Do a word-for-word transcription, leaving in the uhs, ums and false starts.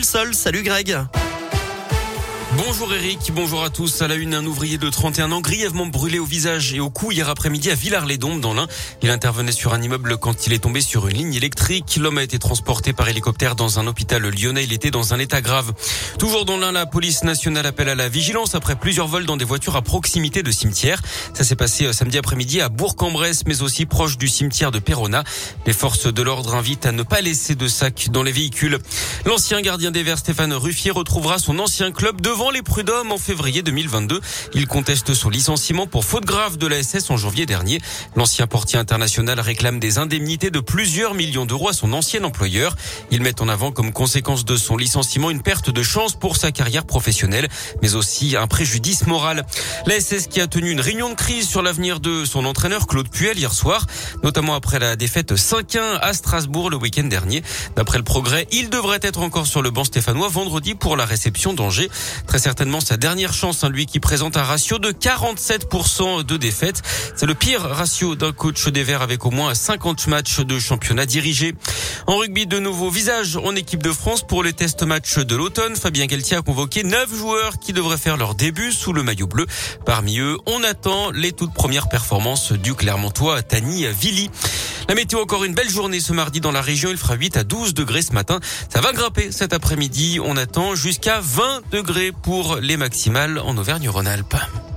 le sol. Salut Greg. Bonjour Eric, bonjour à tous. À la une, un ouvrier de trente et un ans grièvement brûlé au visage et au cou hier après-midi à Villars-les-Dombes dans l'Ain. Il intervenait sur un immeuble quand il est tombé sur une ligne électrique. L'homme a été transporté par hélicoptère dans un hôpital lyonnais. Il était dans un état grave. Toujours dans l'Ain, la police nationale appelle à la vigilance après plusieurs vols dans des voitures à proximité de cimetières. Ça s'est passé samedi après-midi à Bourg-en-Bresse, mais aussi proche du cimetière de Péronat. Les forces de l'ordre invitent à ne pas laisser de sacs dans les véhicules. L'ancien gardien des Verts, Stéphane Ruffier, retrouvera son ancien club devant les prud'hommes en février deux mille vingt-deux. Il conteste son licenciement pour faute grave de la S S en janvier dernier. L'ancien portier international réclame des indemnités de plusieurs millions d'euros à son ancien employeur. Il met en avant comme conséquence de son licenciement une perte de chance pour sa carrière professionnelle, mais aussi un préjudice moral. La S S qui a tenu une réunion de crise sur l'avenir de son entraîneur Claude Puel hier soir, notamment après la défaite cinq un à Strasbourg le week-end dernier. D'après le Progrès, il devrait être encore sur le banc stéphanois vendredi pour la réception d'Angers. Très certainement sa dernière chance, hein, lui qui présente un ratio de quarante-sept pour cent de défaites. C'est le pire ratio d'un coach des Verts avec au moins cinquante matchs de championnat dirigés. En rugby, de nouveaux visages en équipe de France pour les test matchs de l'automne. Fabien Galtier a convoqué neuf joueurs qui devraient faire leur début sous le maillot bleu. Parmi eux, on attend les toutes premières performances du Clermontois Tani Vili. La météo, encore une belle journée ce mardi dans la région. Il fera huit à douze degrés ce matin. Ça va grimper cet après-midi. On attend jusqu'à vingt degrés pour les maximales en Auvergne-Rhône-Alpes.